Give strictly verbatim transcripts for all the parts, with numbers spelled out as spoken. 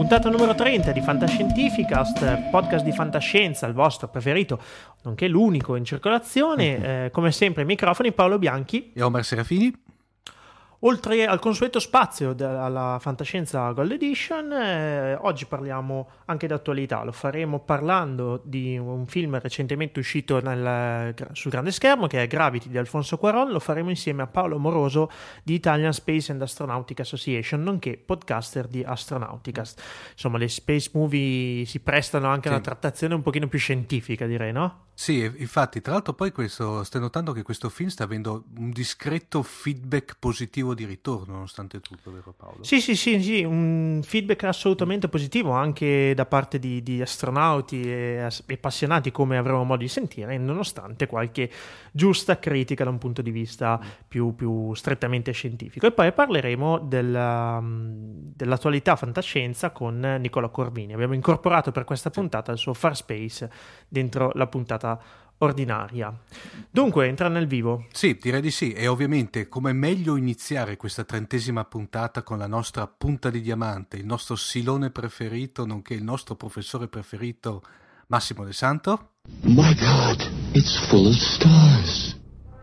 Puntata numero trenta di Fantascientificast, podcast di fantascienza, il vostro preferito, nonché l'unico in circolazione. Eh, come sempre, ai microfoni Paolo Bianchi e Omar Serafini. Oltre al consueto spazio della Fantascienza Gold Edition, eh, oggi parliamo anche d'attualità. Lo faremo parlando di un film recentemente uscito nel, sul grande schermo, che è Gravity di Alfonso Cuarón. Lo faremo insieme a Paolo Moroso di Italian Space and Astronautic Association, nonché podcaster di Astronauticast. Insomma, le space movie si prestano anche a una trattazione un pochino più scientifica, direi, no? Sì, infatti, tra l'altro poi questo, stai notando che questo film sta avendo un discreto feedback positivo di ritorno, nonostante tutto, vero Paolo? Sì, sì, sì, sì, un feedback assolutamente positivo anche da parte di, di astronauti e, e appassionati, come avremo modo di sentire, nonostante qualche giusta critica da un punto di vista più, più strettamente scientifico. E poi parleremo della, dell'attualità fantascienza con Nicola Corvini. Abbiamo incorporato per questa puntata il suo Far Space dentro la puntata ordinaria. Dunque, entra nel vivo. Sì, direi di sì. E ovviamente, come meglio iniziare questa trentesima puntata con la nostra punta di diamante, il nostro silone preferito, nonché il nostro professore preferito, Massimo De Santo? My God, it's full of stars.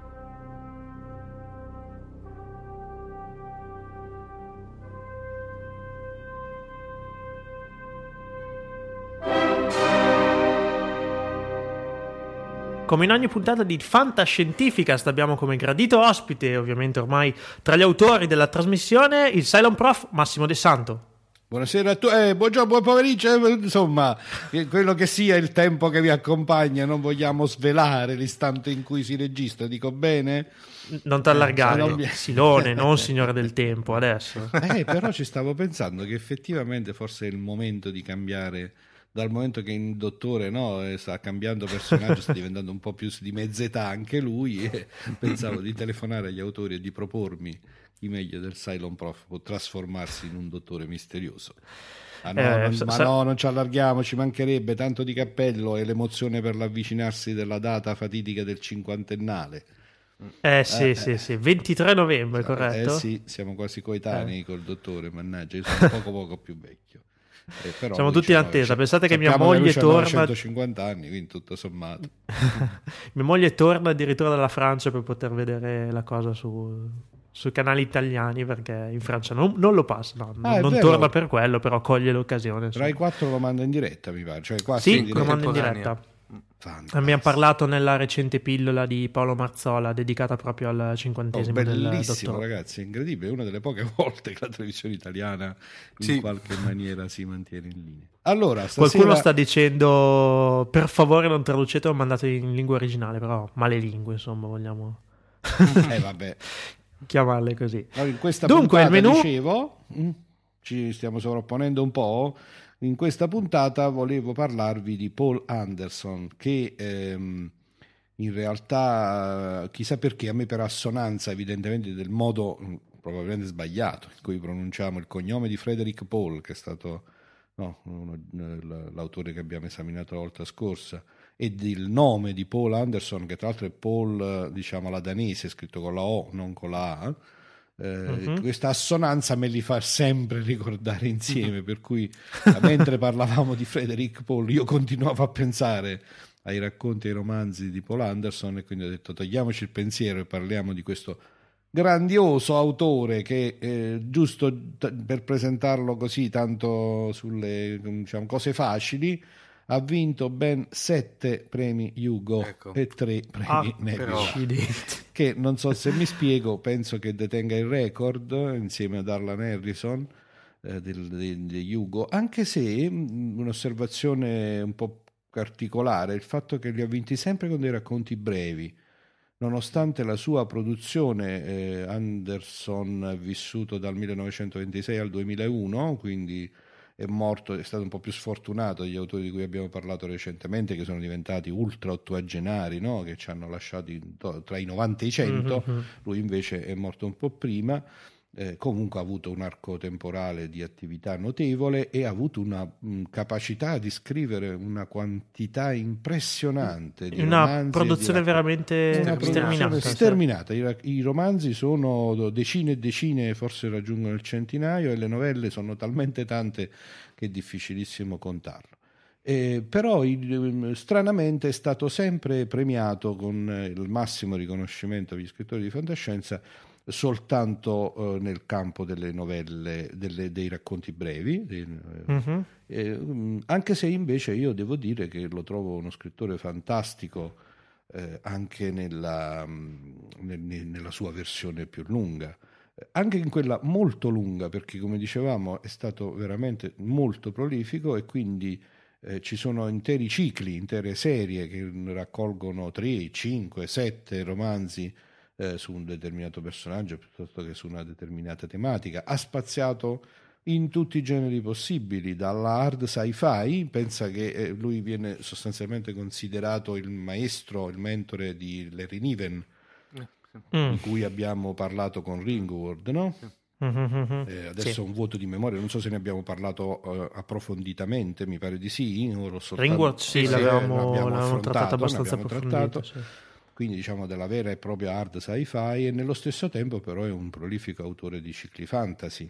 Come in ogni puntata di Fantascientificast abbiamo come gradito ospite, ovviamente ormai tra gli autori della trasmissione, il Cylon Prof Massimo De Santo. Buonasera a tutti, eh, buongiorno, buon pomeriggio, eh, insomma, quello che sia il tempo che vi accompagna, non vogliamo svelare l'istante in cui si registra, dico bene? Non t'allargare, eh, non mi... Silone, non signore del tempo, adesso. Eh, però ci stavo pensando che effettivamente forse è il momento di cambiare. Dal momento che il dottore no, sta cambiando personaggio, sta diventando un po' più di mezza età anche lui, e pensavo di telefonare agli autori e di propormi chi meglio del Cylon Prof può trasformarsi in un dottore misterioso. Ah, no, eh, non, sa- ma no, non ci allarghiamo, ci mancherebbe, tanto di cappello e l'emozione per l'avvicinarsi della data fatidica del cinquantennale. Eh sì, eh, sì, eh. sì, ventitré novembre, corretto? Eh sì, siamo quasi coetanei Eh. col dottore, mannaggia, io sono poco poco più vecchio. Eh, però Siamo tutti in attesa. Pensate che mia sappiamo moglie lui c'ha torna novecentocinquanta anni, quindi tutto sommato. mia moglie torna addirittura dalla Francia per poter vedere la cosa su sui canali italiani, perché in Francia non, non lo passa, no, Ah, non vero. torna per quello, però coglie l'occasione. Rai quattro lo manda in diretta, mi pare, cioè quasi Sì, in lo diretta. manda in diretta. Abbiamo parlato nella recente pillola di Paolo Marzola dedicata proprio al Oh, cinquantesimo del bellissimo, dottore. ragazzi, è incredibile, è una delle poche volte che la televisione italiana in Sì. qualche maniera si mantiene in linea. Allora, stasera... Qualcuno sta dicendo per favore non traducete o mandate in lingua originale, però male lingue, insomma, vogliamo Eh vabbè. chiamarle così. Allora, in questa Dunque, puntata, il menù... dicevo, mh, ci stiamo sovrapponendo un po'. In questa puntata volevo parlarvi di Paul Anderson, che ehm, in realtà, chissà perché, a me per assonanza evidentemente del modo mh, probabilmente sbagliato in cui pronunciamo il cognome di Frederick Paul, che è stato no, uno, l'autore che abbiamo esaminato la volta scorsa, e del nome di Paul Anderson, che tra l'altro è Paul, diciamo, la danese, scritto con la O, non con la A. Eh, uh-huh. Questa assonanza me li fa sempre ricordare insieme, per cui mentre parlavamo di Frederick Paul io continuavo a pensare ai racconti e ai romanzi di Paul Anderson, e quindi ho detto togliamoci il pensiero e parliamo di questo grandioso autore che eh, giusto t- per presentarlo così tanto sulle, diciamo, cose facili, ha vinto ben sette premi Hugo, ecco, e tre premi ah, Nebula, che non so se mi spiego, penso che detenga il record insieme ad Arlan Harrison eh, del, del, del Hugo, anche se mh, un'osservazione un po' particolare il fatto che li ha vinti sempre con dei racconti brevi, nonostante la sua produzione. eh, Anderson è vissuto dal millenovecentoventisei al duemilauno, quindi è morto, è stato un po' più sfortunato degli autori di cui abbiamo parlato recentemente, che sono diventati ultra ottuagenari, no? Che ci hanno lasciati tra i novanta e i cento. Mm-hmm. Lui invece è morto un po' prima. Eh, comunque ha avuto un arco temporale di attività notevole e ha avuto una mh, capacità di scrivere una quantità impressionante di una romanzi, produzione di veramente una sterminata, produzione sterminata. I, I romanzi sono decine e decine, forse raggiungono il centinaio, e le novelle sono talmente tante che è difficilissimo contarlo. Eh, però il, stranamente è stato sempre premiato con il massimo riconoscimento agli scrittori di fantascienza soltanto eh, nel campo delle novelle, delle, dei racconti brevi, dei, mm-hmm. eh, anche se invece io devo dire che lo trovo uno scrittore fantastico eh, anche nella, nel, nella sua versione più lunga, anche in quella molto lunga, perché come dicevamo è stato veramente molto prolifico, e quindi eh, ci sono interi cicli, intere serie che raccolgono tre, cinque, sette romanzi Eh, su un determinato personaggio piuttosto che su una determinata tematica. Ha spaziato in tutti i generi possibili, dalla hard sci-fi, pensa che eh, lui viene sostanzialmente considerato il maestro, il mentore di Larry Niven, mm. di cui abbiamo parlato con Ringworld, no? Mm-hmm. Eh, adesso sì. Un vuoto di memoria, non so se ne abbiamo parlato uh, approfonditamente, mi pare di sì. Ringworld sì, sì, l'avevamo, l'avevamo trattato abbastanza approfondito. Sì. Quindi diciamo della vera e propria hard sci-fi, e nello stesso tempo però è un prolifico autore di cicli fantasy.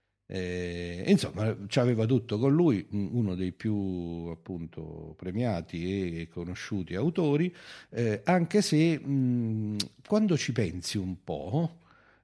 E, insomma, ci aveva tutto con lui, uno dei più appunto premiati e conosciuti autori, eh, anche se mh, quando ci pensi un po',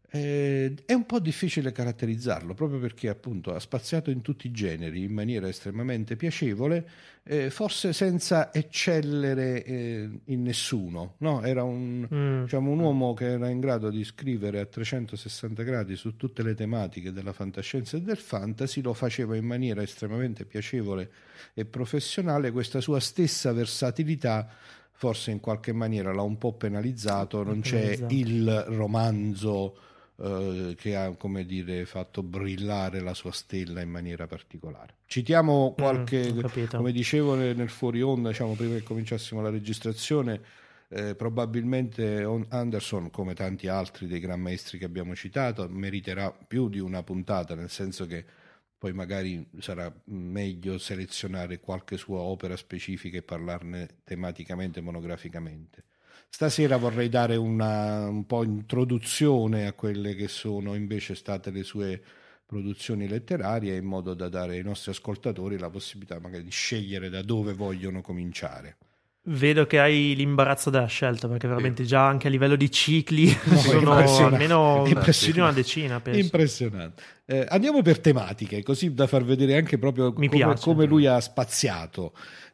eh, è un po' difficile caratterizzarlo, proprio perché appunto ha spaziato in tutti i generi in maniera estremamente piacevole, eh, forse senza eccellere eh, in nessuno, no? Era un, mm. diciamo, un uomo che era in grado di scrivere a trecentosessanta gradi su tutte le tematiche della fantascienza e del fantasy, lo faceva in maniera estremamente piacevole e professionale. Questa sua stessa versatilità forse in qualche maniera l'ha un po' penalizzato, non penalizzato. C'è il romanzo Uh, che ha, come dire, fatto brillare la sua stella in maniera particolare. Citiamo qualche, mm, come dicevo nel fuori onda, diciamo, prima che cominciassimo la registrazione, eh, probabilmente Anderson, come tanti altri dei gran maestri che abbiamo citato, meriterà più di una puntata, nel senso che poi magari sarà meglio selezionare qualche sua opera specifica e parlarne tematicamente, monograficamente. Stasera vorrei dare una un po' introduzione a quelle che sono invece state le sue produzioni letterarie, in modo da dare ai nostri ascoltatori la possibilità magari di scegliere da dove vogliono cominciare. Vedo che hai l'imbarazzo della scelta, perché veramente già anche a livello di cicli no, sono almeno più di una decina, penso. Impressionante. Eh, andiamo per tematiche, così da far vedere anche proprio Mi come, piace. come lui ha spaziato.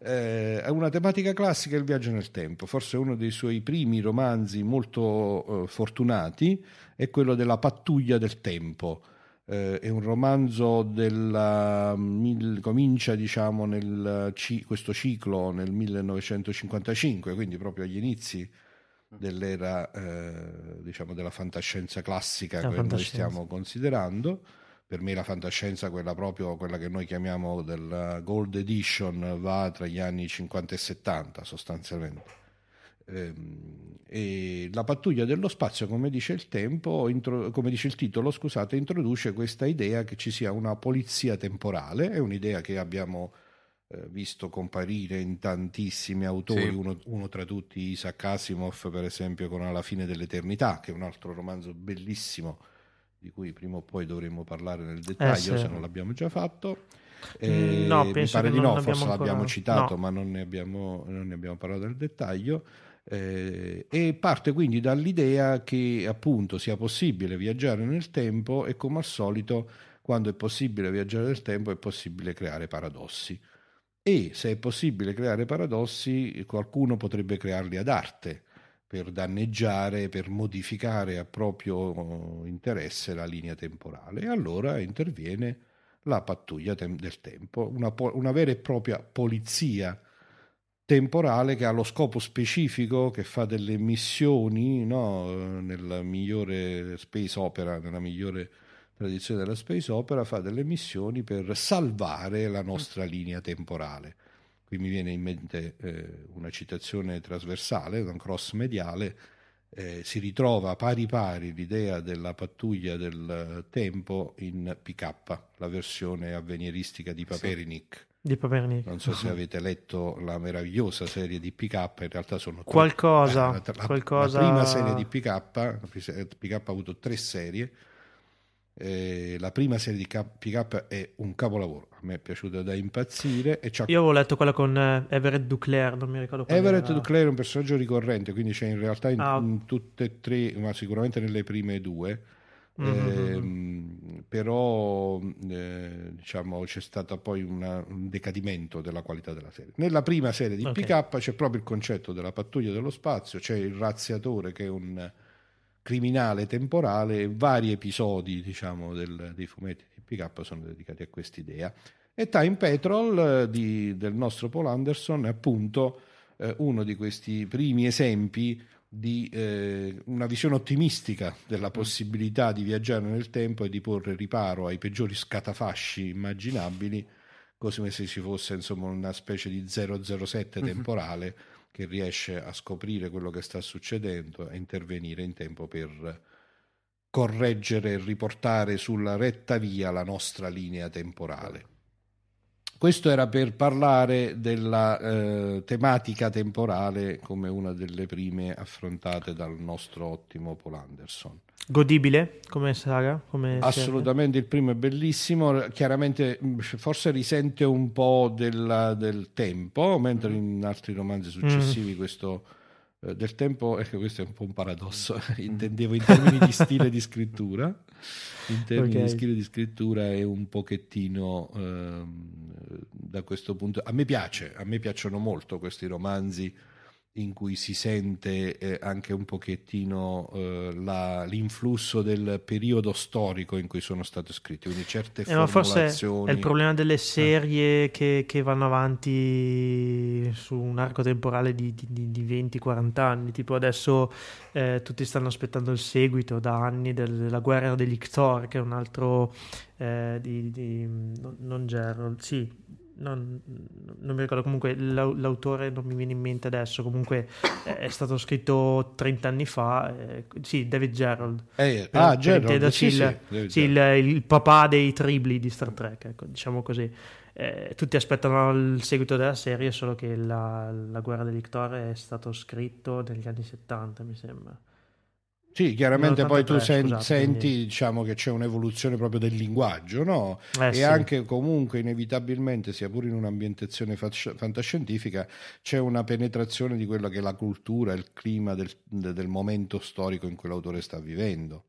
Eh, è una tematica classica, il viaggio nel tempo. Forse uno dei suoi primi romanzi molto eh, fortunati è quello della Pattuglia del tempo. Eh, è un romanzo del mil, comincia diciamo nel ci, questo ciclo nel millenovecentocinquantacinque, quindi proprio agli inizi dell'era eh, diciamo della fantascienza classica la che fantascienza. Noi stiamo considerando. Per me la fantascienza, quella proprio quella che noi chiamiamo della Gold Edition, va tra gli anni cinquanta e settanta sostanzialmente. E la pattuglia dello spazio, come dice il tempo, intro, come dice il titolo, scusate, introduce questa idea che ci sia una polizia temporale. È un'idea che abbiamo eh, visto comparire in tantissimi autori, sì. uno, uno tra tutti Isaac Asimov, per esempio, con Alla fine dell'eternità, che è un altro romanzo bellissimo di cui prima o poi dovremo parlare nel dettaglio, eh, sì. se non l'abbiamo già fatto. Eh, no, mi penso pare che di no, non forse ancora... l'abbiamo citato, no. ma non ne abbiamo, non ne abbiamo parlato nel dettaglio. Eh, e parte quindi dall'idea che appunto sia possibile viaggiare nel tempo, e come al solito quando è possibile viaggiare nel tempo è possibile creare paradossi, e se è possibile creare paradossi qualcuno potrebbe crearli ad arte per danneggiare, per modificare a proprio interesse la linea temporale, e allora interviene la pattuglia tem- del tempo, una, po- una vera e propria polizia temporale che ha lo scopo specifico, che fa delle missioni, no? Nella migliore space opera, nella migliore tradizione della space opera, fa delle missioni per salvare la nostra linea temporale. Qui mi viene in mente eh, una citazione trasversale, un cross mediale, eh, si ritrova pari pari l'idea della pattuglia del tempo in P K, la versione avveniristica di Paperinik. Di Paperinik. Non so se avete letto la meravigliosa serie di P K, in realtà sono tre, qualcosa, eh, la, qualcosa... la prima serie di P K, P K ha avuto tre serie. Eh, la prima serie di P K è un capolavoro, a me è piaciuta da impazzire. E Io avevo letto quella con eh, Everett Duclair, non mi ricordo quale Everett era. Duclair è un personaggio ricorrente, quindi c'è in realtà in, Ah. in tutte e tre, ma sicuramente nelle prime due. Mm-hmm. Eh, però eh, diciamo c'è stato poi una, un decadimento della qualità della serie. Nella prima serie di Okay. P K c'è proprio il concetto della pattuglia dello spazio, c'è il razziatore che è un criminale temporale, e vari episodi diciamo del, dei fumetti di P K sono dedicati a quest'idea. E Time Patrol eh, di, del nostro Paul Anderson è appunto eh, uno di questi primi esempi di eh, una visione ottimistica della possibilità di viaggiare nel tempo e di porre riparo ai peggiori scatafasci immaginabili, come se ci fosse insomma una specie di zero zero sette temporale mm-hmm. che riesce a scoprire quello che sta succedendo e intervenire in tempo per correggere e riportare sulla retta via la nostra linea temporale. Questo era per parlare della eh, tematica temporale come una delle prime affrontate dal nostro ottimo Paul Anderson. Godibile come saga? Come Assolutamente, serie? Il primo è bellissimo, chiaramente forse risente un po' della, del tempo, mentre in altri romanzi successivi mm. questo eh, del tempo, ecco, questo è un po' un paradosso, intendevo in termini di stile di scrittura. In termini okay. di stile di scrittura è un pochettino ehm, da questo punto a me piace, a me piacciono molto questi romanzi in cui si sente eh, anche un pochettino eh, la, l'influsso del periodo storico in cui sono state scritte, quindi certe eh, formulazioni. Forse è il problema delle serie eh. che, che vanno avanti su un arco temporale di, di, di venti quaranta anni, tipo adesso eh, tutti stanno aspettando il seguito da anni del, della guerra degli Ictor, che è un altro eh, di, di non, non Gerald, sì Non, non mi ricordo, comunque l'autore non mi viene in mente adesso, comunque è stato scritto trenta anni fa, eh, sì, David Gerald eh, per, ah, per Gerald, sì, il, sì, sì, il, il papà dei tribli di Star Trek, ecco, diciamo così. Eh, tutti aspettano il seguito della serie, solo che la, la guerra degli Ictor è stato scritto negli anni settanta, mi sembra. Sì, chiaramente poi tu sen- scusate, senti quindi... diciamo che c'è un'evoluzione proprio del linguaggio, no? Eh, e sì. anche comunque inevitabilmente, sia pure in un'ambientazione fasc- fantascientifica, c'è una penetrazione di quella che è la cultura, il clima del, del momento storico in cui l'autore sta vivendo.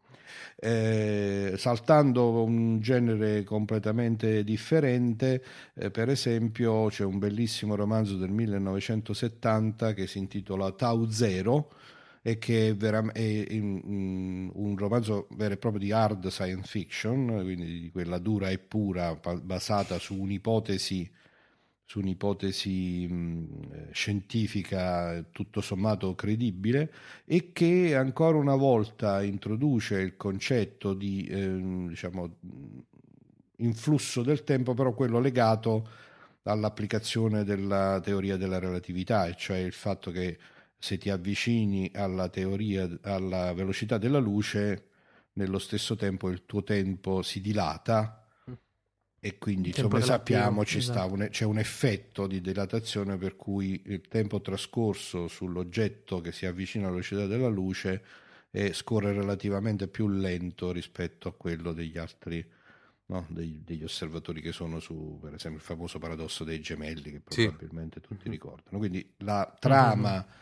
Eh, saltando un genere completamente differente, eh, per esempio c'è un bellissimo romanzo del millenovecentosettanta che si intitola Tau Zero, e che è, vera- è un, un romanzo vero e proprio di hard science fiction, quindi di quella dura e pura, basata su un'ipotesi su un'ipotesi mh, scientifica tutto sommato credibile, e che ancora una volta introduce il concetto di eh, diciamo influsso del tempo, però quello legato all'applicazione della teoria della relatività, e cioè il fatto che se ti avvicini alla teoria, alla velocità della luce, nello stesso tempo il tuo tempo si dilata, e quindi come sappiamo ci esatto. sta un, c'è un effetto di dilatazione per cui il tempo trascorso sull'oggetto che si avvicina alla velocità della luce è, scorre relativamente più lento rispetto a quello degli altri, no? Dei, degli osservatori che sono su, per esempio, il famoso paradosso dei gemelli che probabilmente sì. tutti mm-hmm. ricordano. Quindi la trama mm-hmm.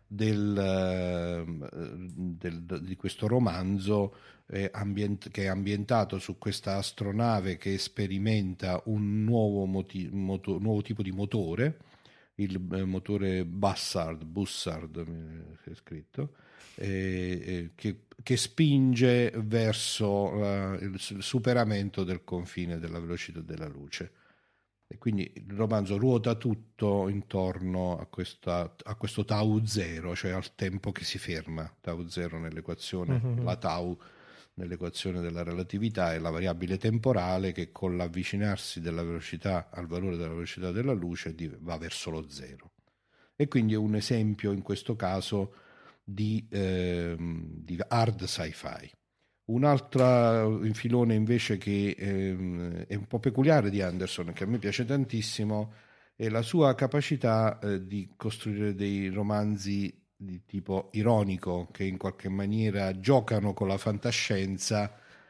Del, del, di questo romanzo è ambient, che è ambientato su questa astronave che sperimenta un nuovo, moti, moto, nuovo tipo di motore, il eh, motore Bussard, Bussard eh, è scritto, eh, eh, che, che spinge verso uh, il superamento del confine della velocità della luce. E quindi il romanzo ruota tutto intorno a, questa, a questo tau zero, cioè al tempo che si ferma. Tau zero nell'equazione, mm-hmm. la tau nell'equazione della relatività è la variabile temporale che con l'avvicinarsi della velocità al valore della velocità della luce va verso lo zero. E quindi è un esempio in questo caso di, eh, di hard sci-fi. Un altro filone invece che eh, è un po' peculiare di Anderson, che a me piace tantissimo, è la sua capacità eh, di costruire dei romanzi di tipo ironico, che in qualche maniera giocano con la fantascienza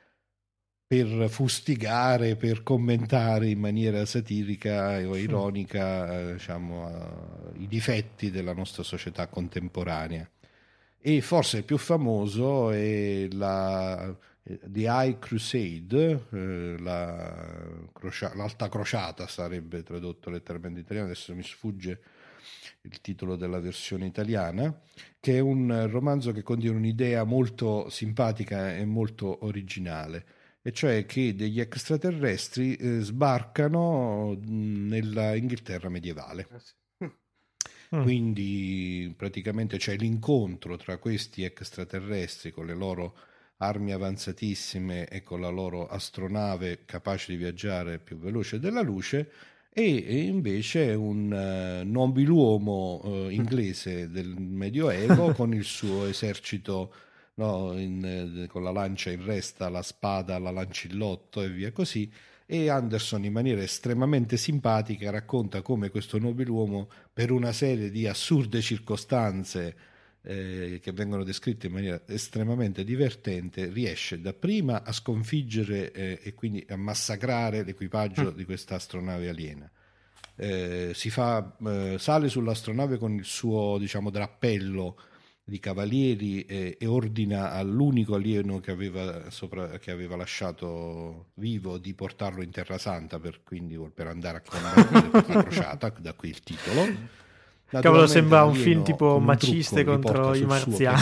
per fustigare, per commentare in maniera satirica o ironica, diciamo, uh, i difetti della nostra società contemporanea. E forse il più famoso è la, The High Crusade, eh, la, l'Alta Crociata sarebbe tradotto letteralmente in italiano, adesso mi sfugge il titolo della versione italiana, che è un romanzo che contiene un'idea molto simpatica e molto originale, e cioè che degli extraterrestri eh, sbarcano nella Inghilterra medievale. Mm. Quindi praticamente c'è l'incontro tra questi extraterrestri con le loro armi avanzatissime e con la loro astronave capace di viaggiare più veloce della luce, e invece un uh, nobiluomo uh, inglese del Medioevo con il suo esercito, no, in, eh, con la lancia in resta, la spada, la lancillotto e via così. E Anderson in maniera estremamente simpatica racconta come questo nobiluomo, per una serie di assurde circostanze eh, che vengono descritte in maniera estremamente divertente, riesce dapprima a sconfiggere eh, e quindi a massacrare l'equipaggio mm. di questa astronave aliena. Eh, si fa, eh, sale sull'astronave con il suo, diciamo, drappello di cavalieri eh, e ordina all'unico alieno che aveva, sopra, che aveva lasciato vivo di portarlo in Terra Santa, per, quindi per andare a combattere per la crociata, da qui il titolo. Cavolo, sembra un film tipo Maciste contro i marziani.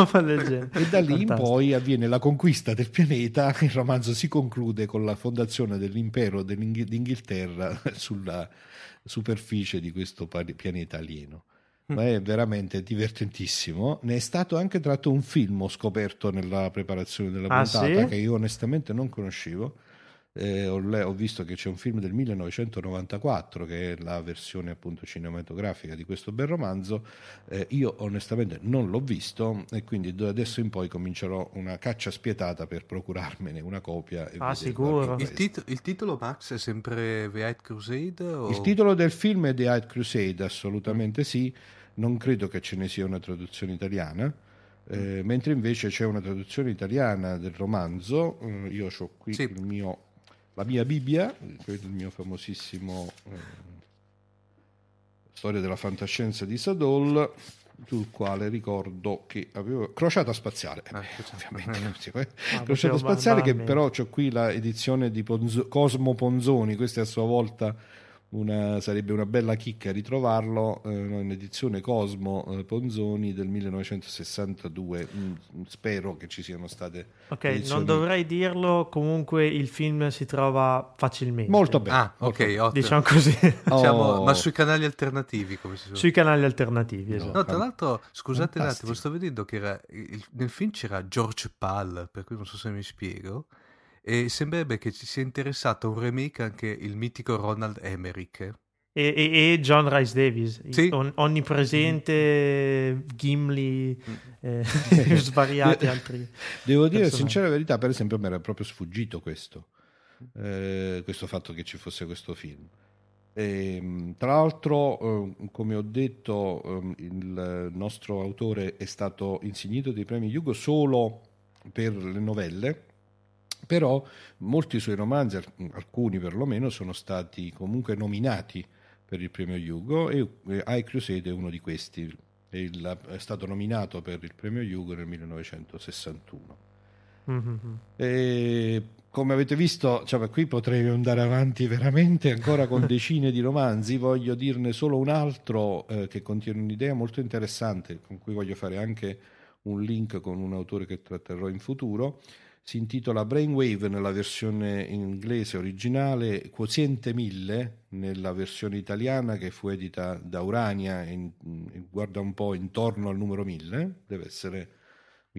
E da lì in poi avviene la conquista del pianeta. Il romanzo si conclude con la fondazione dell'impero d'Inghilterra sulla superficie di questo pianeta alieno. Ma è veramente divertentissimo. Ne è stato anche tratto un film, ho scoperto nella preparazione della puntata, ah, sì? che io onestamente non conoscevo. Eh, ho, ho visto che c'è un film del millenovecentonovantaquattro che è la versione appunto cinematografica di questo bel romanzo. Eh, io onestamente non l'ho visto, e quindi da adesso in poi comincerò una caccia spietata per procurarmene una copia. E ah, sicuro. Il, tit- il titolo, Max, è sempre The High Crusade? O... Il titolo del film è The High Crusade, assolutamente mm. sì. Non credo che ce ne sia una traduzione italiana, eh, mentre invece c'è una traduzione italiana del romanzo. Eh, io ho qui sì. il mio, la mia Bibbia, il mio famosissimo eh, Storia della fantascienza di Sadol, sul quale ricordo che avevo Crociata spaziale, eh, ovviamente, eh. ah, Crociata spaziale, che però c'ho qui la edizione di Ponzo- Cosmo Ponzoni, questa è a sua volta una, sarebbe una bella chicca ritrovarlo, eh, in edizione Cosmo eh, Ponzoni del millenovecentosessantadue. Mm, spero che ci siano state ok, edizioni... non dovrei dirlo, comunque il film si trova facilmente molto bene, ah, molto ok, bene. Ottimo. Diciamo così. Diciamo, oh. ma sui canali alternativi, come si sui canali alternativi, no, esatto. No, tra l'altro, scusate fantastico. un attimo, sto vedendo che era, il, nel film c'era George Pal, per cui non so se mi spiego, e sembrerebbe che ci sia interessato a un remake anche il mitico Ronald Emmerich. E, e, e John Rhys Davies, sì. on, onnipresente, Gimli, eh, svariati altri. Devo dire, sincera verità, per esempio, a me era proprio sfuggito questo, eh, questo fatto che ci fosse questo film. E, tra l'altro, eh, come ho detto, eh, il nostro autore è stato insignito dei premi Hugo solo per le novelle. Però molti suoi romanzi, alcuni perlomeno, sono stati comunque nominati per il premio Hugo, e High Crusade è uno di questi. Il, è stato nominato per il premio Hugo nel millenovecentosessantuno. Mm-hmm. E, come avete visto, cioè, qui potrei andare avanti veramente ancora con decine di romanzi. Voglio dirne solo un altro eh, che contiene un'idea molto interessante, con cui voglio fare anche un link con un autore che tratterò in futuro. Si intitola Brainwave nella versione inglese originale, Quoziente mille nella versione italiana, che fu edita da Urania, in, in, guarda un po' intorno al numero mille, deve essere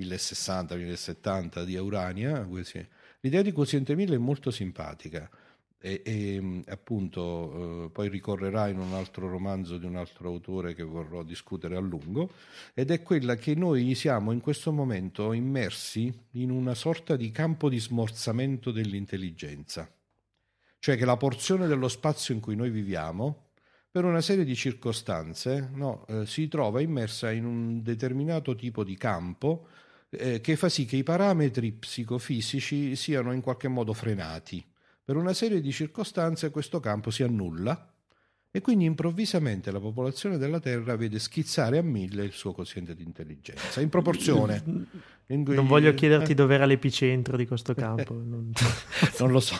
millesessanta, millesettanta di Urania. L'idea di Quoziente mille è molto simpatica. e, e appunto eh, poi ricorrerà in un altro romanzo di un altro autore che vorrò discutere a lungo, ed è quella che noi siamo in questo momento immersi in una sorta di campo di smorzamento dell'intelligenza, cioè che la porzione dello spazio in cui noi viviamo, per una serie di circostanze, no, eh, si trova immersa in un determinato tipo di campo eh, che fa sì che i parametri psicofisici siano in qualche modo frenati. Per una serie di circostanze questo campo si annulla e quindi improvvisamente la popolazione della Terra vede schizzare a mille il suo quoziente di intelligenza, in proporzione. In cui... Non voglio chiederti dove era l'epicentro di questo campo. Non, non lo so.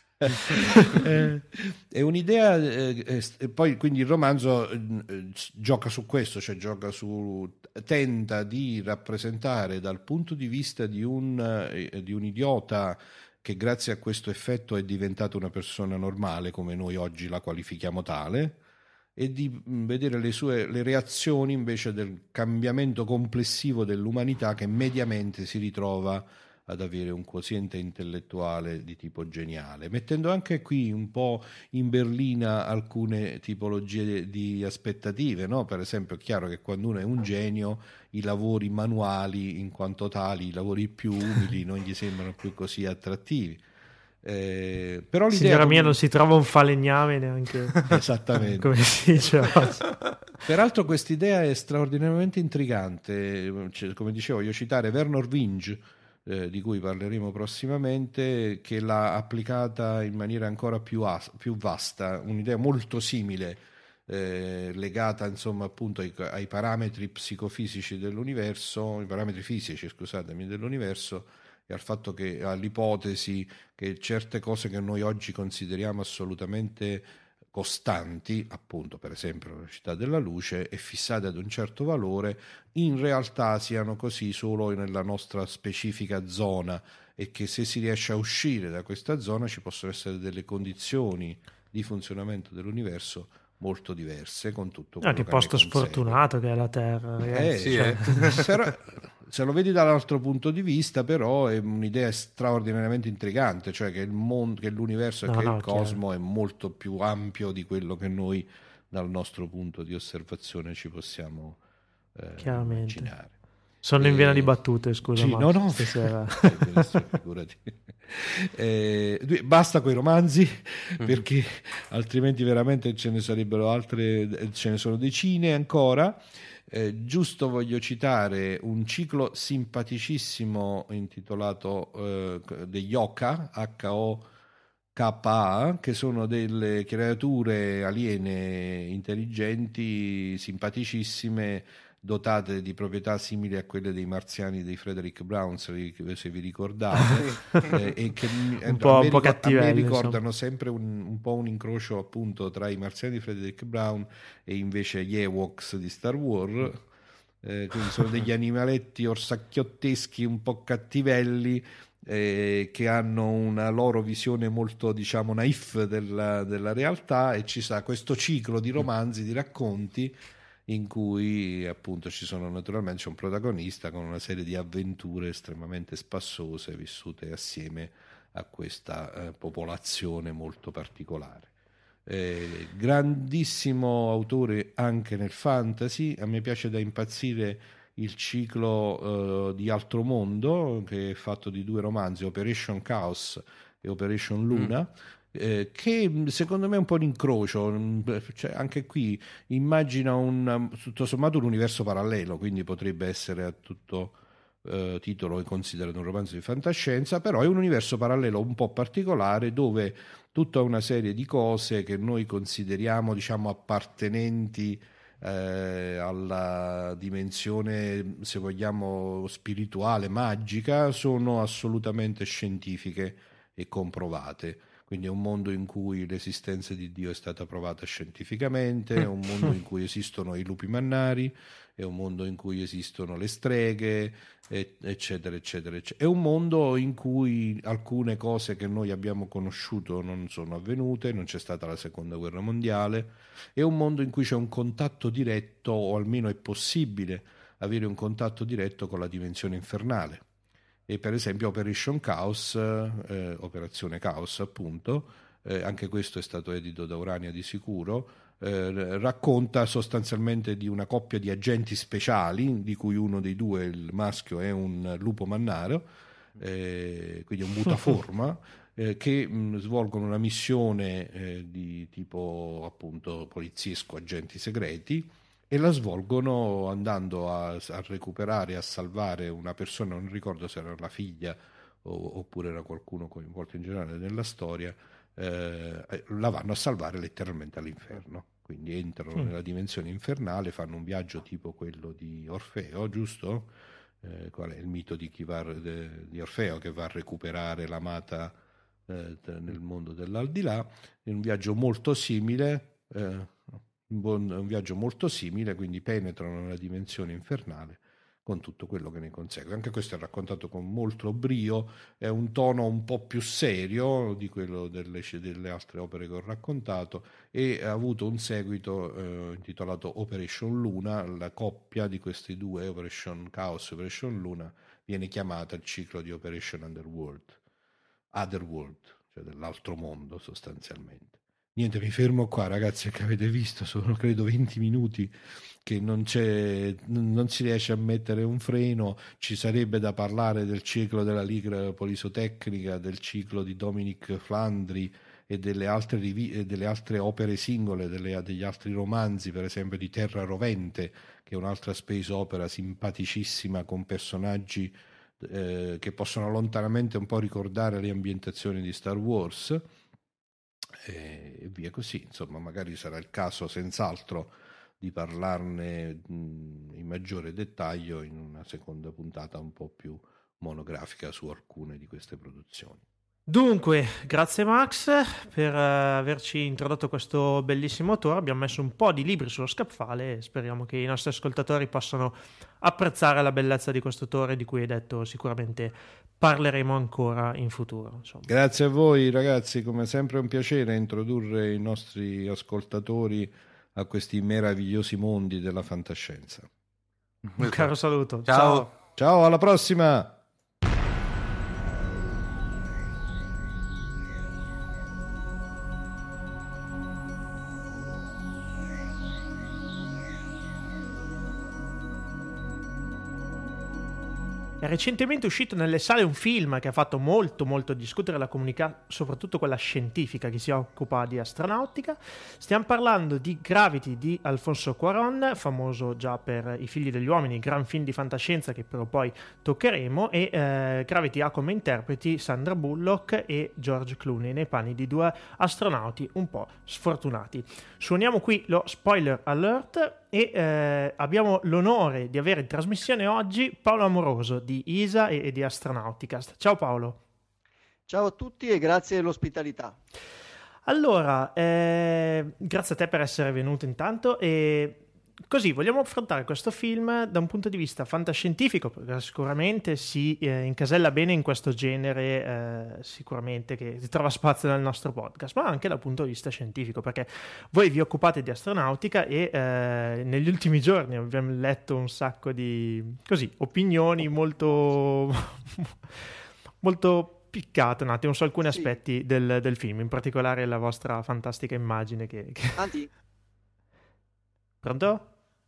eh, è un'idea eh, eh, poi quindi il romanzo eh, gioca su questo, cioè gioca su tenta di rappresentare dal punto di vista di un, eh, di un idiota che grazie a questo effetto è diventato una persona normale come noi oggi la qualifichiamo tale, e di vedere le sue le reazioni invece del cambiamento complessivo dell'umanità che mediamente si ritrova ad avere un quoziente intellettuale di tipo geniale, mettendo anche qui un po' in berlina alcune tipologie di aspettative, no? Per esempio è chiaro che quando uno è un genio i lavori manuali in quanto tali, i lavori più umili non gli sembrano più così attrattivi. Eh, però l'idea signora come... mia non si trova un falegname neanche esattamente come si dice. Peraltro quest'idea è straordinariamente intrigante, cioè, come dicevo, io citare Vernor Vinge, eh, di cui parleremo prossimamente, che l'ha applicata in maniera ancora più, as- più vasta, un'idea molto simile, eh, legata insomma appunto ai, ai parametri psicofisici dell'universo, i parametri fisici scusatemi dell'universo, e al fatto che all'ipotesi che certe cose che noi oggi consideriamo assolutamente costanti, appunto per esempio la velocità della luce, e fissate ad un certo valore, in realtà siano così solo nella nostra specifica zona, e che se si riesce a uscire da questa zona ci possono essere delle condizioni di funzionamento dell'universo molto diverse, con tutto quello ah, che che posto ne consegue. sfortunato che è la Terra, ragazzi. Eh, sì, cioè, eh. però, se lo vedi dall'altro punto di vista, però è un'idea straordinariamente intrigante, cioè che il mondo, che l'universo No, e che no, il cosmo chiaro. è molto più ampio di quello che noi dal nostro punto di osservazione ci possiamo eh, Chiaramente. immaginare. Sono in vena di Eh, battute, scusa, sì, Max, no, no, stasera. figurati. Eh, basta coi romanzi, perché altrimenti veramente ce ne sarebbero altre, ce ne sono decine ancora. Eh, giusto voglio citare un ciclo simpaticissimo intitolato eh, degli Oka, H O K A, che sono delle creature aliene intelligenti, simpaticissime, dotate di proprietà simili a quelle dei marziani dei Frederick Brown, se vi ricordate, eh, e che un po', a me, un po' ricor- cattivelli, a me ricordano insomma. sempre un, un po' un incrocio appunto tra i marziani di Frederick Brown e invece gli Ewoks di Star Wars. Eh, quindi sono degli animaletti orsacchiotteschi un po' cattivelli, eh, che hanno una loro visione molto, diciamo, naif della, della realtà, e ci sta questo ciclo di romanzi, di racconti in cui appunto ci sono naturalmente c'è un protagonista con una serie di avventure estremamente spassose vissute assieme a questa eh, popolazione molto particolare. Eh, grandissimo autore anche nel fantasy. A me piace da impazzire il ciclo eh, di Altro Mondo, che è fatto di due romanzi, Operation Chaos e Operation Luna, mm. eh, che secondo me è un po' un incrocio, cioè, anche qui immagina un, tutto sommato un universo parallelo, quindi potrebbe essere a tutto eh, titolo e considerato un romanzo di fantascienza, però è un universo parallelo un po' particolare, dove tutta una serie di cose che noi consideriamo, diciamo, appartenenti eh, alla dimensione, se vogliamo, spirituale, magica, sono assolutamente scientifiche e comprovate. Quindi è un mondo in cui l'esistenza di Dio è stata provata scientificamente, è un mondo in cui esistono i lupi mannari, è un mondo in cui esistono le streghe, eccetera, eccetera, eccetera. È un mondo in cui alcune cose che noi abbiamo conosciuto non sono avvenute, non c'è stata la seconda guerra mondiale, è un mondo in cui c'è un contatto diretto, o almeno è possibile avere un contatto diretto con la dimensione infernale. E per esempio Operation Chaos, eh, Operazione Chaos appunto, eh, anche questo è stato edito da Urania di sicuro, eh, racconta sostanzialmente di una coppia di agenti speciali, di cui uno dei due, il maschio, è un lupo mannaro, eh, quindi un mutaforma, eh, che mh, svolgono una missione eh, di tipo appunto poliziesco, agenti segreti, e la svolgono andando a, a recuperare, a salvare una persona, non ricordo se era la figlia o, oppure era qualcuno coinvolto in generale nella storia, eh, la vanno a salvare letteralmente all'inferno. Quindi entrano mm. nella dimensione infernale, fanno un viaggio tipo quello di Orfeo, giusto? Eh, qual è il mito di, chi va, de, di Orfeo che va a recuperare l'amata eh, nel mondo dell'aldilà. È un viaggio molto simile, eh, un, buon, un viaggio molto simile, quindi penetrano nella dimensione infernale con tutto quello che ne consegue. Anche questo è raccontato con molto brio, è un tono un po' più serio di quello delle, delle altre opere che ho raccontato, e ha avuto un seguito eh, intitolato Operation Luna. La coppia di questi due, Operation Chaos e Operation Luna, viene chiamata il ciclo di Operation Underworld, Otherworld, cioè dell'altro mondo sostanzialmente. Niente, mi fermo qua, ragazzi, che avete visto, sono credo venti minuti che non c'è, non si riesce a mettere un freno. Ci sarebbe da parlare del ciclo della Liga Polisotecnica, del ciclo di Dominic Flandri e delle altre, rivi- delle altre opere singole, delle, degli altri romanzi, per esempio di Terra Rovente, che è un'altra space opera simpaticissima con personaggi eh, che possono lontanamente un po' ricordare le ambientazioni di Star Wars. E via così, insomma, magari sarà il caso senz'altro di parlarne mh, in maggiore dettaglio in una seconda puntata un po' più monografica su alcune di queste produzioni. Dunque, grazie Max per uh, averci introdotto questo bellissimo autore. Abbiamo messo un po' di libri sullo scaffale e speriamo che i nostri ascoltatori possano apprezzare la bellezza di questo autore, di cui hai detto sicuramente parleremo ancora in futuro. Insomma. Grazie a voi ragazzi, come sempre è un piacere introdurre i nostri ascoltatori a questi meravigliosi mondi della fantascienza. Un caro saluto. Ciao. Ciao, Ciao, alla prossima. È recentemente uscito nelle sale un film che ha fatto molto molto discutere la comunità, soprattutto quella scientifica che si occupa di astronautica. Stiamo parlando di Gravity di Alfonso Cuarón, famoso già per I figli degli uomini, gran film di fantascienza che però poi toccheremo, e eh, Gravity ha come interpreti Sandra Bullock e George Clooney nei panni di due astronauti un po' sfortunati. Suoniamo qui lo spoiler alert e eh, abbiamo l'onore di avere in trasmissione oggi Paolo Amoroso di I S A e, e di Astronauticast. Ciao Paolo. Ciao a tutti e grazie dell'ospitalità. Allora, eh, grazie a te per essere venuto intanto, e così vogliamo affrontare questo film da un punto di vista fantascientifico, perché sicuramente si eh, incasella bene in questo genere, eh, sicuramente che trova spazio nel nostro podcast, ma anche dal punto di vista scientifico, perché voi vi occupate di astronautica e eh, negli ultimi giorni abbiamo letto un sacco di così opinioni molto molto piccate un attimo su alcuni sì. aspetti del, del film, in particolare la vostra fantastica immagine che, che... Anzi, pronto?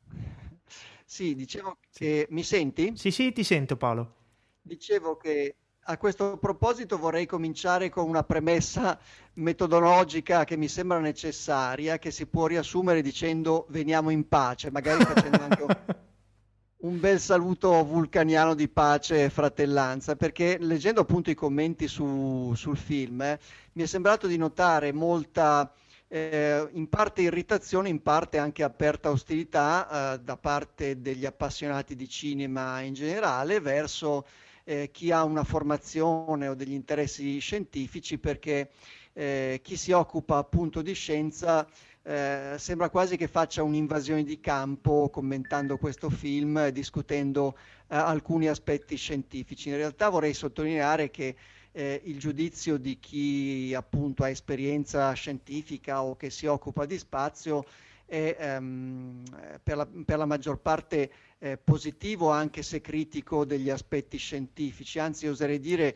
Sì, dicevo che... Mi senti? Sì, sì, ti sento Paolo. Dicevo che a questo proposito vorrei cominciare con una premessa metodologica che mi sembra necessaria, che si può riassumere dicendo veniamo in pace, magari facendo anche un, un bel saluto vulcaniano di pace e fratellanza, perché leggendo appunto i commenti su, sul film eh, mi è sembrato di notare molta... Eh, in parte irritazione, in parte anche aperta ostilità eh, da parte degli appassionati di cinema in generale verso eh, chi ha una formazione o degli interessi scientifici, perché eh, chi si occupa appunto di scienza eh, sembra quasi che faccia un'invasione di campo commentando questo film, eh, discutendo eh, alcuni aspetti scientifici. In realtà vorrei sottolineare che Eh, il giudizio di chi appunto ha esperienza scientifica o che si occupa di spazio è ehm, per, la, per la maggior parte eh, positivo, anche se critico degli aspetti scientifici, anzi oserei dire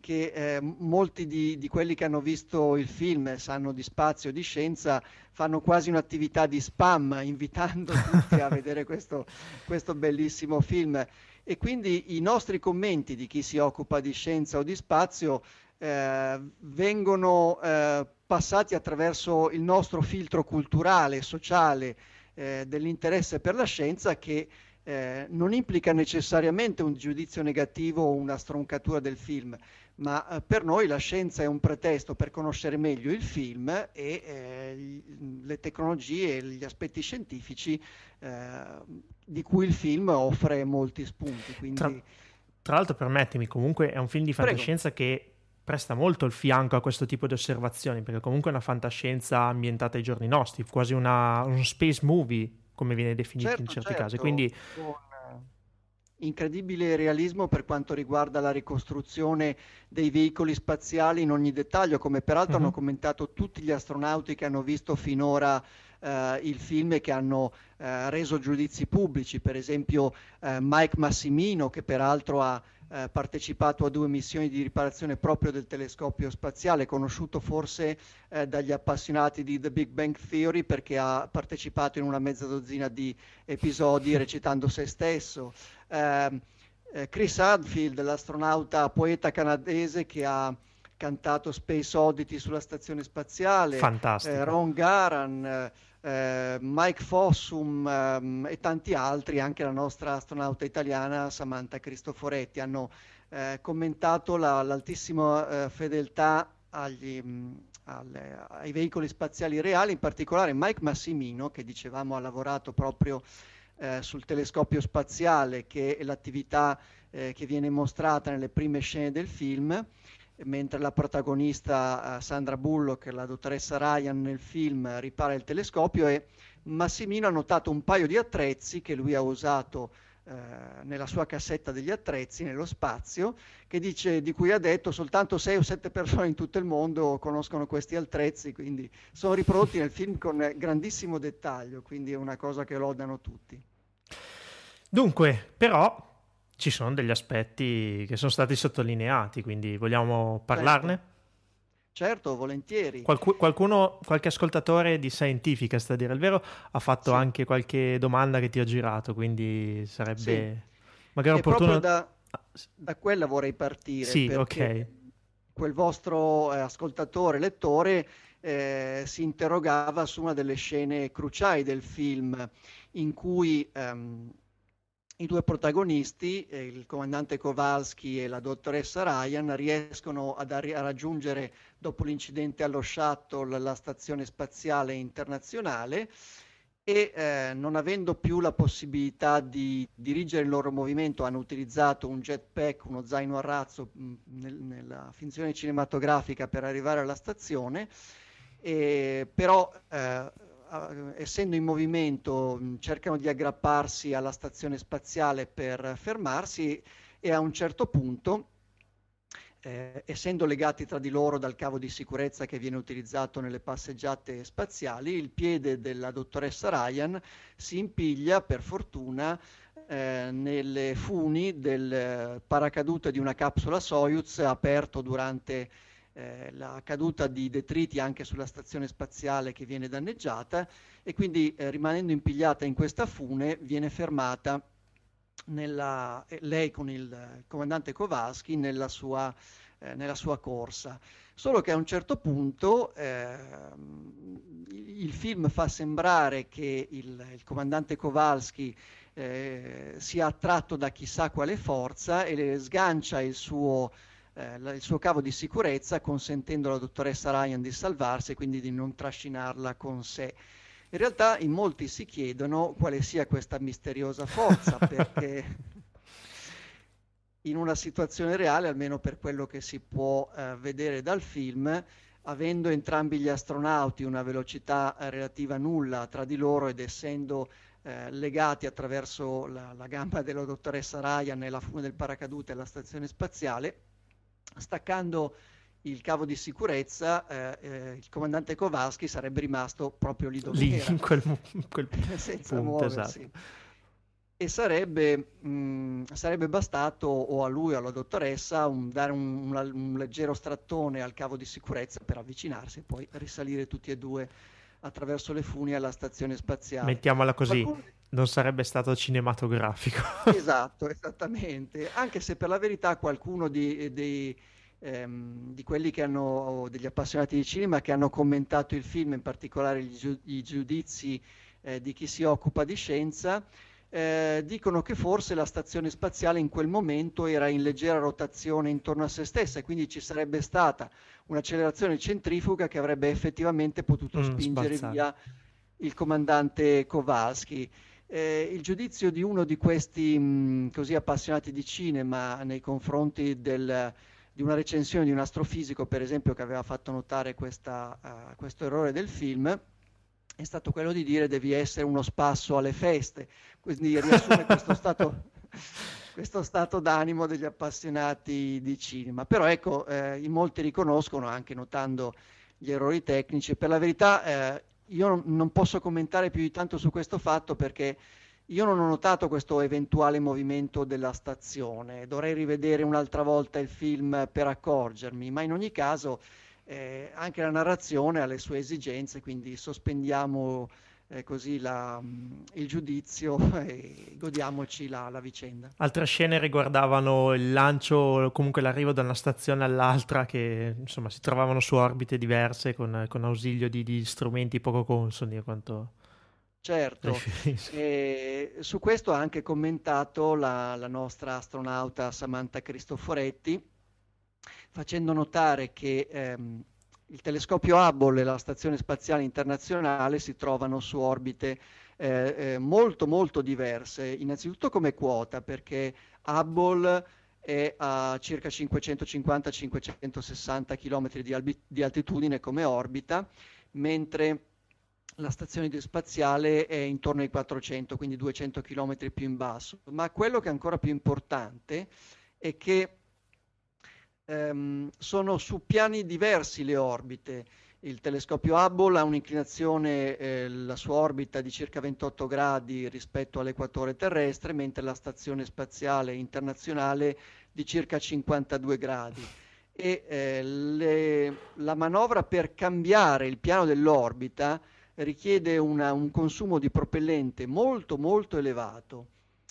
che eh, molti di, di quelli che hanno visto il film e sanno di spazio e di scienza fanno quasi un'attività di spam, invitando tutti a vedere questo, questo bellissimo film. E quindi i nostri commenti di chi si occupa di scienza o di spazio eh, vengono eh, passati attraverso il nostro filtro culturale, sociale, eh, dell'interesse per la scienza, che eh, non implica necessariamente un giudizio negativo o una stroncatura del film, ma eh, per noi la scienza è un pretesto per conoscere meglio il film e eh, le tecnologie e gli aspetti scientifici eh, di cui il film offre molti spunti. Quindi... Tra, tra l'altro, permettimi, comunque è un film di fantascienza Prego. Che presta molto il fianco a questo tipo di osservazioni, perché comunque è una fantascienza ambientata ai giorni nostri, quasi una, un space movie, come viene definito certo, in certi certo, casi. Quindi con incredibile realismo per quanto riguarda la ricostruzione dei veicoli spaziali in ogni dettaglio, come peraltro mm-hmm. hanno commentato tutti gli astronauti che hanno visto finora eh, il film e che hanno eh, reso giudizi pubblici. Per esempio eh, Mike Massimino, che peraltro ha eh, partecipato a due missioni di riparazione proprio del telescopio spaziale, conosciuto forse eh, dagli appassionati di The Big Bang Theory perché ha partecipato in una mezza dozzina di episodi recitando se stesso. Uh, Chris Hadfield, l'astronauta poeta canadese che ha cantato Space Oddity sulla stazione spaziale, fantastico. Uh, Ron Garan, uh, Mike Fossum um, e tanti altri, anche la nostra astronauta italiana Samantha Cristoforetti, hanno uh, commentato la, l'altissima uh, fedeltà agli, mh, alle, ai veicoli spaziali reali, in particolare Mike Massimino, che dicevamo ha lavorato proprio Eh, sul telescopio spaziale, che è l'attività eh, che viene mostrata nelle prime scene del film, mentre la protagonista eh, Sandra Bullock, la dottoressa Ryan nel film, ripara il telescopio, e Massimino ha notato un paio di attrezzi che lui ha usato eh, nella sua cassetta degli attrezzi nello spazio, che dice, di cui ha detto soltanto sei o sette persone in tutto il mondo conoscono questi attrezzi, quindi sono riprodotti nel film con grandissimo dettaglio, quindi è una cosa che lodano tutti. Dunque, però ci sono degli aspetti che sono stati sottolineati, quindi vogliamo parlarne? Certo, certo, volentieri. Qualcu- qualcuno, qualche ascoltatore di Scientificast, a dire il vero, ha fatto sì. anche qualche domanda che ti ha girato, quindi sarebbe sì. magari e opportuno... Da, da quella vorrei partire, sì, perché ok. quel vostro eh, ascoltatore, lettore, eh, si interrogava su una delle scene cruciali del film, in cui ehm, i due protagonisti, eh, il comandante Kowalski e la dottoressa Ryan, riescono ad arri- a raggiungere, dopo l'incidente allo shuttle, la stazione spaziale internazionale, e eh, non avendo più la possibilità di dirigere il loro movimento hanno utilizzato un jetpack, uno zaino a razzo mh, nel, nella finzione cinematografica per arrivare alla stazione, e, però eh, essendo in movimento mh, cercano di aggrapparsi alla stazione spaziale per fermarsi, e a un certo punto Eh, essendo legati tra di loro dal cavo di sicurezza che viene utilizzato nelle passeggiate spaziali, il piede della dottoressa Ryan si impiglia, per fortuna, eh, nelle funi del paracadute di una capsula Soyuz aperto durante eh, la caduta di detriti anche sulla stazione spaziale che viene danneggiata, e quindi eh, rimanendo impigliata in questa fune viene fermata nella, lei con il comandante Kowalski nella sua, eh, nella sua corsa. Solo che a un certo punto eh, il film fa sembrare che il, il comandante Kowalski eh, sia attratto da chissà quale forza e le sgancia il suo, eh, il suo cavo di sicurezza, consentendo alla dottoressa Ryan di salvarsi e quindi di non trascinarla con sé. In realtà in molti si chiedono quale sia questa misteriosa forza, perché in una situazione reale, almeno per quello che si può eh, vedere dal film, avendo entrambi gli astronauti una velocità eh, relativa nulla tra di loro ed essendo eh, legati attraverso la, la gamba della dottoressa Ryan nella fune del paracadute alla stazione spaziale, staccando il cavo di sicurezza, eh, eh, il comandante Kowalski sarebbe rimasto proprio lì dove lì, era, in quel, in quel senza punto, muoversi. Esatto. e sarebbe, mh, sarebbe bastato o a lui o alla dottoressa un, dare un, un, un leggero strattone al cavo di sicurezza per avvicinarsi e poi risalire tutti e due attraverso le funi alla stazione spaziale. Mettiamola così, Qualcuno... non sarebbe stato cinematografico. Esatto, esattamente. Anche se per la verità qualcuno di, di, ehm, di quelli che hanno, degli appassionati di cinema che hanno commentato il film, in particolare gli, giu- i giudizi eh, di chi si occupa di scienza, eh, dicono che forse la stazione spaziale in quel momento era in leggera rotazione intorno a se stessa e quindi ci sarebbe stata un'accelerazione centrifuga che avrebbe effettivamente potuto Mm, spingere spazzare. via il comandante Kowalski. Eh, il giudizio di uno di questi mh, così appassionati di cinema nei confronti del, di una recensione di un astrofisico, per esempio, che aveva fatto notare questa, uh, questo errore del film, è stato quello di dire devi essere uno spasso alle feste, quindi riassume questo stato, questo stato d'animo degli appassionati di cinema. Però ecco, eh, in molti riconoscono, anche notando gli errori tecnici. Per la verità eh, io non, non posso commentare più di tanto su questo fatto perché io non ho notato questo eventuale movimento della stazione, dovrei rivedere un'altra volta il film per accorgermi, ma in ogni caso eh, anche la narrazione ha le sue esigenze, quindi sospendiamo eh, così la, mh, il giudizio e godiamoci la, la vicenda. Altre scene riguardavano il lancio, comunque l'arrivo da una stazione all'altra, che insomma si trovavano su orbite diverse con, con ausilio di, di strumenti poco consoni a quanto Certo, riferisco. e su questo ha anche commentato la, la nostra astronauta Samantha Cristoforetti, facendo notare che ehm, il telescopio Hubble e la Stazione Spaziale Internazionale si trovano su orbite eh, eh, molto molto diverse, innanzitutto come quota, perché Hubble è a circa cinquecentocinquanta cinquecentosessanta km di, albi- di altitudine come orbita, mentre la stazione spaziale è intorno ai quattrocento, quindi duecento km più in basso. Ma quello che è ancora più importante è che ehm, sono su piani diversi le orbite. Il telescopio Hubble ha un'inclinazione, eh, la sua orbita di circa ventotto gradi rispetto all'equatore terrestre, mentre la stazione spaziale internazionale di circa cinquantadue gradi. E eh, le, la manovra per cambiare il piano dell'orbita richiede una, un consumo di propellente molto molto elevato,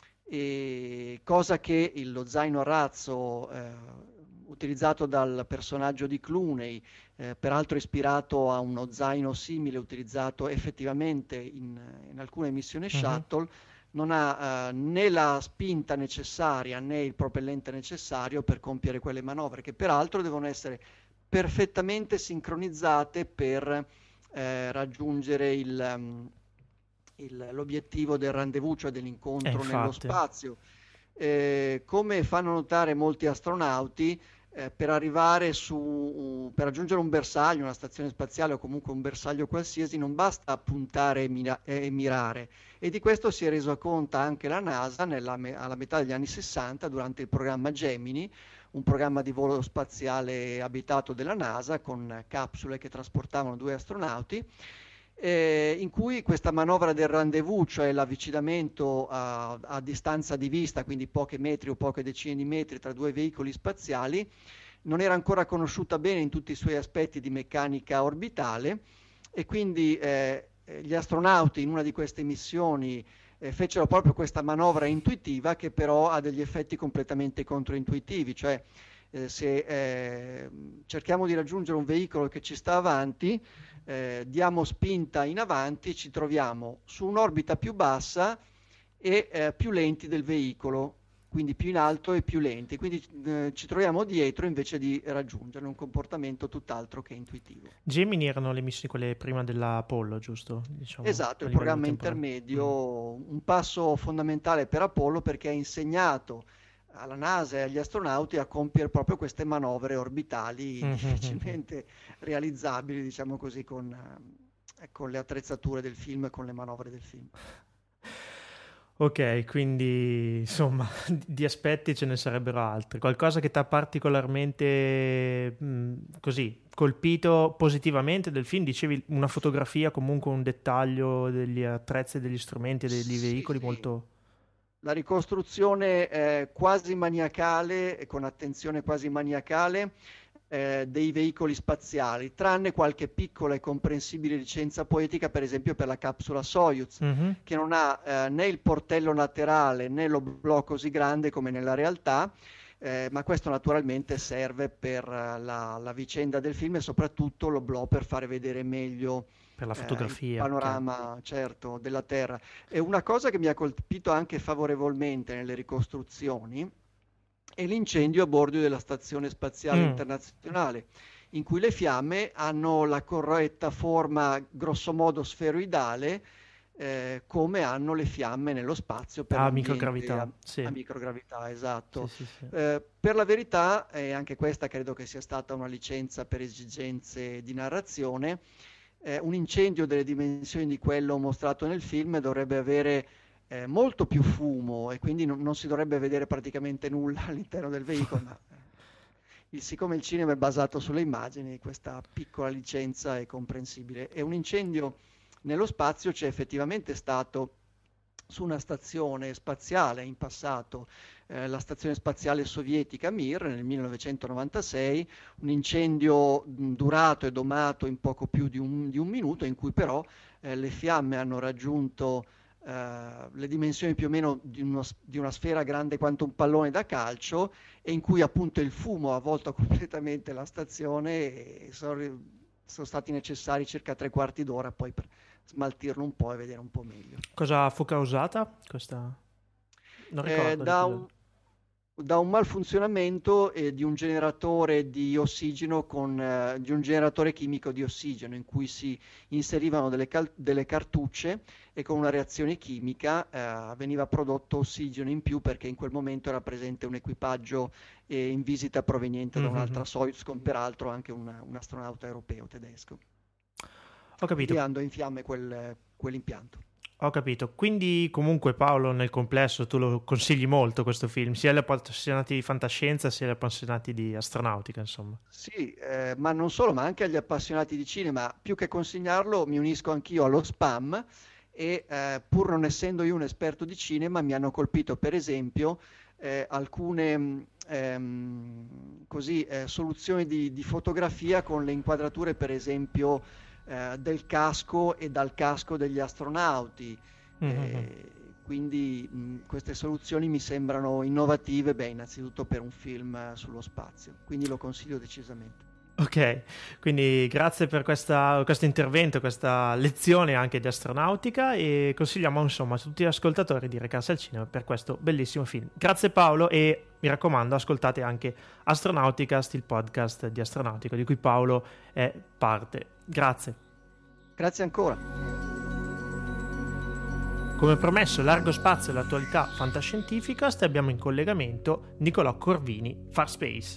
e cosa che il, lo zaino a razzo eh, utilizzato dal personaggio di Clooney, eh, peraltro ispirato a uno zaino simile utilizzato effettivamente in, in alcune missioni shuttle, uh-huh. non ha eh, né la spinta necessaria né il propellente necessario per compiere quelle manovre, che peraltro devono essere perfettamente sincronizzate per Eh, raggiungere il, um, il, l'obiettivo del rendezvous, cioè dell'incontro eh, nello spazio. Eh, come fanno notare molti astronauti, eh, per arrivare su, uh, per raggiungere un bersaglio, una stazione spaziale o comunque un bersaglio qualsiasi, non basta puntare e, mira- e mirare. E di questo si è reso conto anche la NASA nella me- alla metà degli anni sessanta durante il programma Gemini, un programma di volo spaziale abitato della NASA con capsule che trasportavano due astronauti, eh, in cui questa manovra del rendezvous, cioè l'avvicinamento a, a distanza di vista, quindi pochi metri o poche decine di metri tra due veicoli spaziali, non era ancora conosciuta bene in tutti i suoi aspetti di meccanica orbitale, e quindi eh, gli astronauti in una di queste missioni Eh, fecero proprio questa manovra intuitiva, che però ha degli effetti completamente controintuitivi, cioè eh, se eh, cerchiamo di raggiungere un veicolo che ci sta avanti, eh, diamo spinta in avanti, ci troviamo su un'orbita più bassa e eh, più lenti del veicolo, quindi più in alto e più lenti, quindi eh, ci troviamo dietro invece di raggiungere, un comportamento tutt'altro che intuitivo. Gemini erano le missioni quelle prima dell'Apollo, giusto? Diciamo, esatto, il programma intermedio, mm. un passo fondamentale per Apollo, perché ha insegnato alla NASA e agli astronauti a compiere proprio queste manovre orbitali mm-hmm. difficilmente realizzabili, diciamo così, con, eh, con le attrezzature del film e con le manovre del film. Ok, quindi insomma di aspetti ce ne sarebbero altri. Qualcosa che ti ha particolarmente mh, così colpito positivamente del film? Dicevi una fotografia, comunque un dettaglio degli attrezzi, degli strumenti, degli sì, veicoli sì. molto... la ricostruzione eh, quasi maniacale, e con attenzione quasi maniacale, eh, dei veicoli spaziali, tranne qualche piccola e comprensibile licenza poetica, per esempio per la capsula Soyuz, Mm-hmm. che non ha eh, né il portello laterale né l'oblò così grande come nella realtà, eh, ma questo naturalmente serve per eh, la, la vicenda del film, e soprattutto l'oblò per fare vedere meglio Per la eh, il fotografia. panorama, certo, della Terra. E una cosa che mi ha colpito anche favorevolmente nelle ricostruzioni è l'incendio a bordo della Stazione Spaziale Mm. Internazionale, in cui le fiamme hanno la corretta forma grossomodo sferoidale, eh, come hanno le fiamme nello spazio per A l'ambiente, microgravità, a, sì. a microgravità, esatto. Sì, sì, sì. Eh, per la verità, e anche questa credo che sia stata una licenza per esigenze di narrazione, eh, un incendio delle dimensioni di quello mostrato nel film dovrebbe avere eh, molto più fumo, e quindi non, non si dovrebbe vedere praticamente nulla all'interno del veicolo, ma eh, il- siccome il cinema è basato sulle immagini, questa piccola licenza è comprensibile. E un incendio nello spazio c'è effettivamente stato su una stazione spaziale in passato, eh, la stazione spaziale sovietica Mir nel millenovecentonovantasei, un incendio mh, durato e domato in poco più di un, di un minuto, in cui però eh, le fiamme hanno raggiunto eh, le dimensioni più o meno di, uno s- di una sfera grande quanto un pallone da calcio, e in cui appunto il fumo ha avvolto completamente la stazione, e sono, ri- sono stati necessari circa tre quarti d'ora poi per smaltirlo un po' e vedere un po' meglio. Cosa fu causata questa? Non Eh, ricordo. da l'episodio. un, da un malfunzionamento eh, di un generatore di ossigeno con, eh, di un generatore chimico di ossigeno, in cui si inserivano delle, cal- delle cartucce, e con una reazione chimica eh, veniva prodotto ossigeno in più, perché in quel momento era presente un equipaggio eh, in visita proveniente da Mhm. un'altra Soyuz, con peraltro anche una- un astronauta europeo tedesco, Ho capito. inviando in fiamme quel- quell'impianto. Ho capito. Quindi comunque Paolo, nel complesso tu lo consigli molto questo film, sia agli appassionati di fantascienza sia agli appassionati di astronautica, insomma. Sì, eh, ma non solo, ma anche agli appassionati di cinema. Più che consigliarlo, mi unisco anch'io allo spam, e eh, pur non essendo io un esperto di cinema, mi hanno colpito per esempio eh, alcune mh, ehm, così, eh, soluzioni di, di fotografia con le inquadrature, per esempio, eh, del casco e dal casco degli astronauti. Mhm. Eh, quindi mh, queste soluzioni mi sembrano innovative, beh, innanzitutto per un film eh, sullo spazio, quindi lo consiglio decisamente. Ok, quindi grazie per questa- questo intervento, questa lezione anche di astronautica, e consigliamo insomma a tutti gli ascoltatori di recarsi al cinema per questo bellissimo film. Grazie Paolo, e mi raccomando ascoltate anche Astronauticast, il podcast di astronautica di cui Paolo è parte. Grazie. Grazie ancora. Come promesso, largo spazio all'attualità fantascientifica, abbiamo in collegamento Nicolò Corvini, Far Space.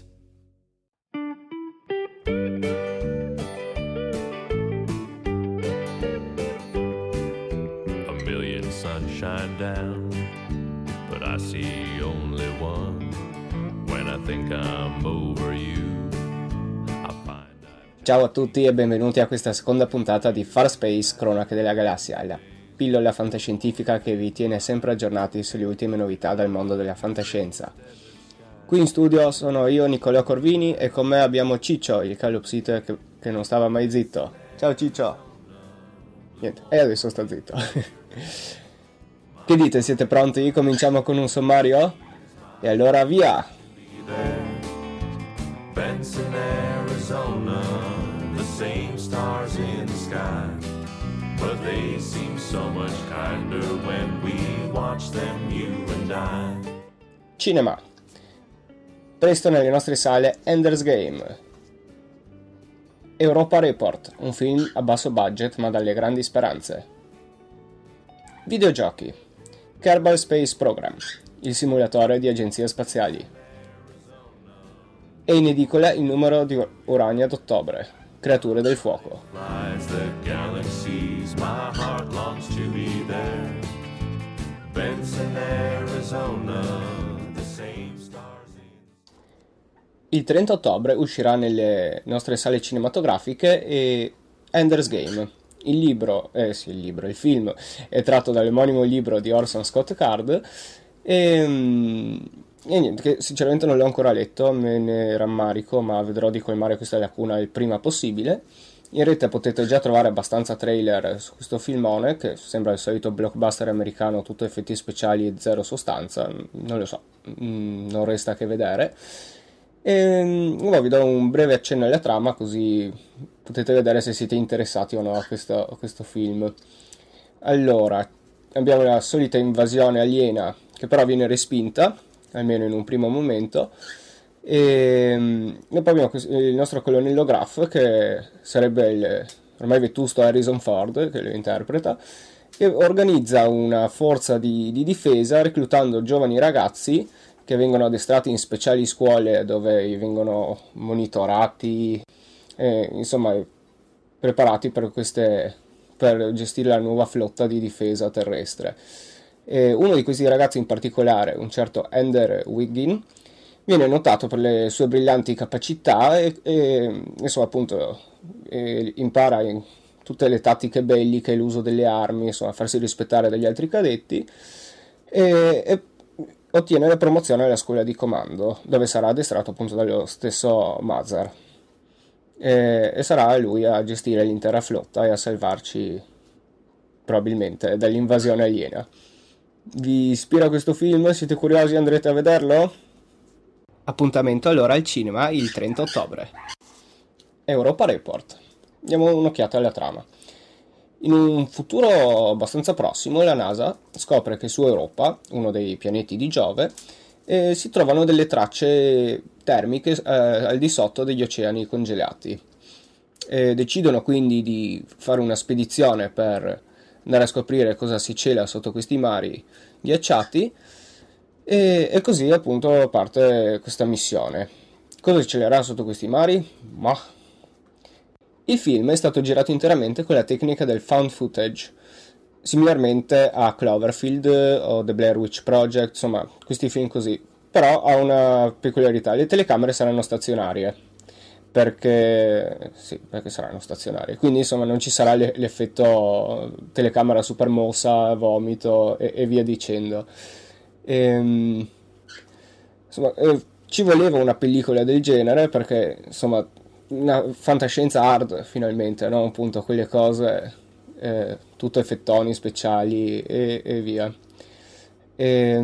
A million suns shine down, but I see only one. When I think I'm over you, I find I... Ciao a tutti e benvenuti a questa seconda puntata di Far Space, Cronache della Galassia, la pillola fantascientifica che vi tiene sempre aggiornati sulle ultime novità dal mondo della fantascienza. Qui in studio sono io, Nicolò Corvini, e con me abbiamo Ciccio, il calopsite che, che non stava mai zitto. Ciao Ciccio! Niente, e adesso sta zitto. Che dite, siete pronti? Cominciamo con un sommario? E allora via! Benson, Arizona, the same stars in the sky, but they seem so much kinder when we watch them, you and I. Cinema. Presto nelle nostre sale Ender's Game. Europa Report, un film a basso budget ma dalle grandi speranze. Videogiochi. Kerbal Space Program, il simulatore di agenzie spaziali. E in edicola il numero di Urania d'ottobre, Creature del fuoco. Lies the galaxies, my heart longs to be there. Benson, Arizona, the same stars in... Il trenta ottobre uscirà nelle nostre sale cinematografiche e Ender's Game. Il libro, eh sì il libro, il film è tratto dall'omonimo libro di Orson Scott Card E, e niente, che sinceramente non l'ho ancora letto, me ne rammarico, ma vedrò di colmare questa lacuna il prima possibile. In rete potete già trovare abbastanza trailer su questo filmone, che sembra il solito blockbuster americano, tutto effetti speciali e zero sostanza, non lo so, non resta che vedere. E ora vi do un breve accenno alla trama, così potete vedere se siete interessati o no a questo, a questo film. Allora, abbiamo la solita invasione aliena, che però viene respinta, almeno in un primo momento. E, e poi abbiamo il nostro colonnello Graff, che sarebbe il ormai vetusto Harrison Ford, che lo interpreta, e organizza una forza di, di difesa reclutando giovani ragazzi che vengono addestrati in speciali scuole dove vengono monitorati, e, insomma preparati per queste per gestire la nuova flotta di difesa terrestre. E uno di questi ragazzi in particolare, un certo Ender Wiggin, viene notato per le sue brillanti capacità e, e insomma appunto e impara in tutte le tattiche belliche, l'uso delle armi, insomma farsi rispettare dagli altri cadetti, e, e ottiene la promozione alla scuola di comando, dove sarà addestrato appunto dallo stesso Mazar, e, e sarà lui a gestire l'intera flotta e a salvarci probabilmente dall'invasione aliena. Vi ispira questo film? Siete curiosi? Andrete a vederlo? Appuntamento allora al cinema il trenta ottobre. Europa Report. Diamo un'occhiata alla trama. In un futuro abbastanza prossimo la NASA scopre che su Europa, uno dei pianeti di Giove, eh, si trovano delle tracce termiche eh, al di sotto degli oceani congelati. E decidono quindi di fare una spedizione per andare a scoprire cosa si cela sotto questi mari ghiacciati. E, e così appunto parte questa missione. Cosa celerà sotto questi mari? Ma il film è stato girato interamente con la tecnica del found footage, similarmente a Cloverfield o The Blair Witch Project, insomma questi film così. Però ha una peculiarità: le telecamere saranno stazionarie, perché sì, perché saranno stazionarie, quindi insomma non ci sarà l'effetto telecamera super mossa, vomito e, e via dicendo. E, insomma, eh, ci voleva una pellicola del genere, perché insomma una fantascienza hard finalmente, no? Appunto quelle cose eh, tutto effettoni speciali e, e via. E,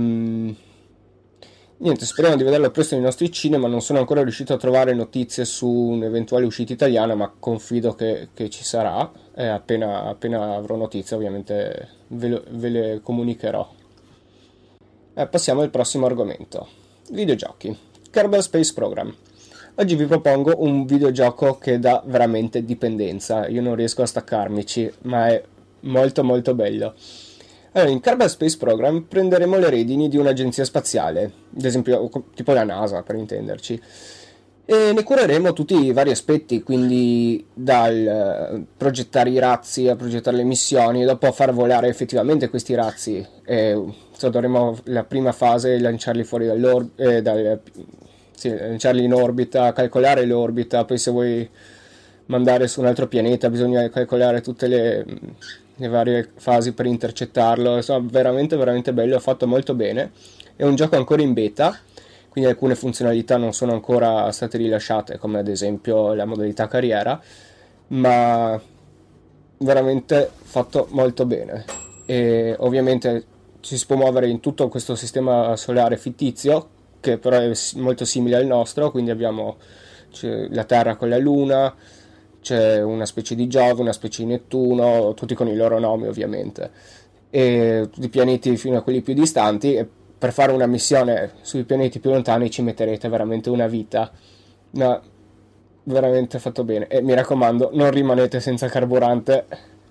niente, speriamo di vederlo presto nei nostri cinema. Non sono ancora riuscito a trovare notizie su un'eventuale uscita italiana, ma confido che, che ci sarà, e appena, appena avrò notizie ovviamente ve, lo, ve le comunicherò. Eh, passiamo al prossimo argomento: videogiochi. Kerbal Space Program. Oggi vi propongo un videogioco che dà veramente dipendenza, io non riesco a staccarmici, ma è molto molto bello. Allora, in Kerbal Space Program prenderemo le redini di un'agenzia spaziale, ad esempio tipo la NASA per intenderci, e ne cureremo tutti i vari aspetti, quindi dal progettare i razzi a progettare le missioni, e dopo a far volare effettivamente questi razzi. E, so, dovremo la prima fase lanciarli fuori dall'orbita, eh, dal, sì, lanciarli in orbita, calcolare l'orbita, poi se vuoi mandare su un altro pianeta bisogna calcolare tutte le, le varie fasi per intercettarlo. Insomma, veramente veramente bello, fatto molto bene. È un gioco ancora in beta, quindi alcune funzionalità non sono ancora state rilasciate, come ad esempio la modalità carriera, ma veramente fatto molto bene. E ovviamente ci si può muovere in tutto questo sistema solare fittizio, che però è molto simile al nostro, quindi abbiamo la Terra con la Luna, c'è una specie di Giove, una specie di Nettuno, tutti con i loro nomi ovviamente, e tutti i pianeti fino a quelli più distanti. E per fare una missione sui pianeti più lontani ci metterete veramente una vita, ma veramente fatto bene. E mi raccomando, non rimanete senza carburante,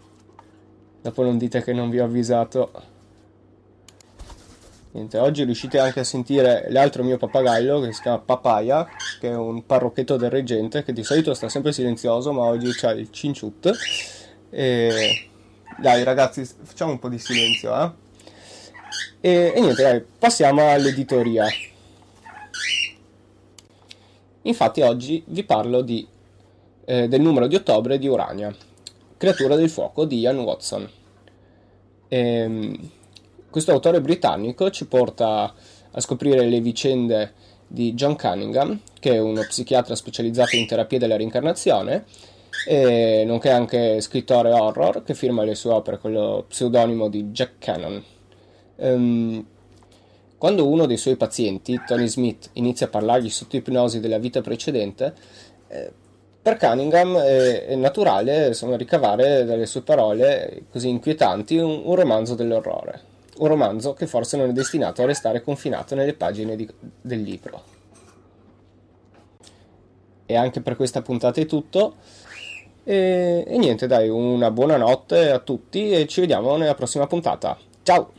dopo non dite che non vi ho avvisato. Niente, oggi riuscite anche a sentire l'altro mio pappagallo, che si chiama Papaya, che è un parrocchetto del reggente, che di solito sta sempre silenzioso, ma oggi c'ha il cinciut. E dai ragazzi, facciamo un po' di silenzio, eh? E, e niente, dai, passiamo all'editoria. Infatti oggi vi parlo di, eh, del numero di ottobre di Urania, Creatura del fuoco di Ian Watson. E, Questo autore britannico ci porta a scoprire le vicende di John Cunningham, che è uno psichiatra specializzato in terapia della reincarnazione, e nonché anche scrittore horror che firma le sue opere con lo pseudonimo di Jack Cannon. Um, quando uno dei suoi pazienti, Tony Smith, inizia a parlargli sotto ipnosi della vita precedente, eh, per Cunningham è, è naturale insomma, ricavare dalle sue parole così inquietanti un, un romanzo dell'orrore. Un romanzo che forse non è destinato a restare confinato nelle pagine di, del libro. E anche per questa puntata è tutto. E, e niente, dai, una buona notte a tutti e ci vediamo nella prossima puntata. Ciao!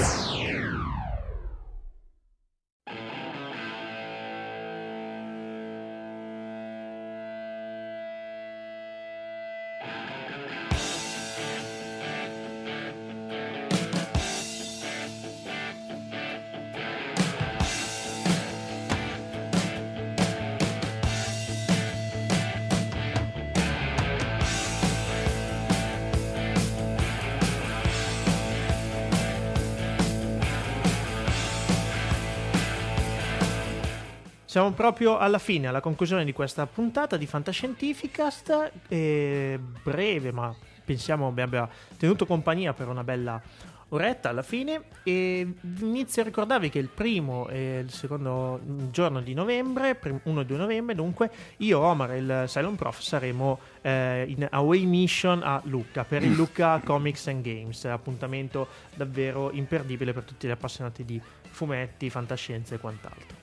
Siamo proprio alla fine, alla conclusione di questa puntata di Fantascientificast, eh, breve, ma pensiamo vi abbia tenuto compagnia per una bella oretta alla fine. E inizio a ricordarvi che il primo e il secondo giorno di novembre, primo e due novembre, dunque, io, Omar e il Cylon Prof saremo eh, in Away Mission a Lucca per il Lucca Comics and Games, appuntamento davvero imperdibile per tutti gli appassionati di fumetti, fantascienza e quant'altro.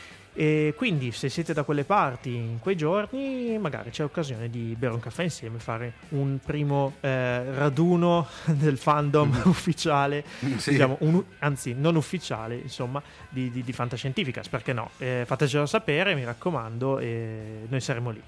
E quindi se siete da quelle parti in quei giorni magari c'è occasione di bere un caffè insieme, fare un primo eh, raduno del fandom mm. ufficiale, sì. diciamo, un, anzi non ufficiale, insomma, di, di, di Fantascientificast, perché no, eh, fatecelo sapere, mi raccomando, e noi saremo lì.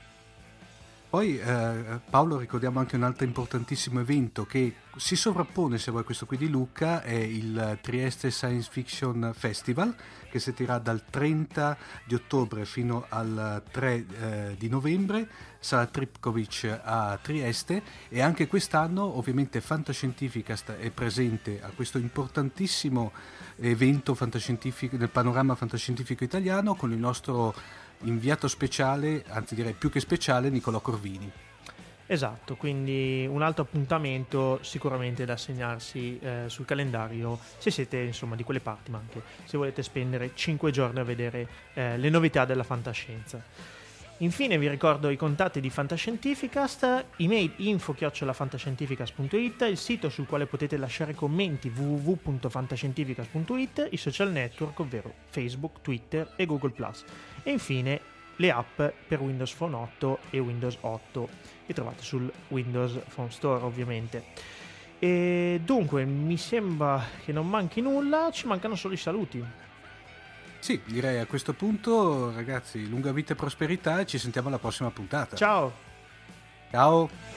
Poi eh, Paolo, ricordiamo anche un altro importantissimo evento che si sovrappone, se vuoi, questo qui di Lucca, è il Trieste Science Fiction Festival, che si terrà dal trenta di ottobre fino al tre eh, di novembre, sarà Tripkovic a Trieste, e anche quest'anno ovviamente Fantascientificast è presente a questo importantissimo evento fantascientifico del panorama fantascientifico italiano con il nostro inviato speciale, anzi direi più che speciale, Nicolò Corvini. Esatto, quindi un altro appuntamento sicuramente da segnarsi eh, sul calendario se siete insomma di quelle parti, ma anche se volete spendere cinque giorni a vedere eh, le novità della fantascienza. Infine vi ricordo i contatti di Fantascientificast, email info chiocciola fantascientificast punto it, il sito sul quale potete lasciare commenti w w w punto fantascientificast punto it, i social network ovvero Facebook, Twitter e Google plus, e infine le app per Windows Phone otto e Windows otto che trovate sul Windows Phone Store ovviamente. E dunque mi sembra che non manchi nulla, ci mancano solo i saluti. Sì, direi a questo punto, ragazzi, lunga vita e prosperità e ci sentiamo alla prossima puntata. Ciao! Ciao!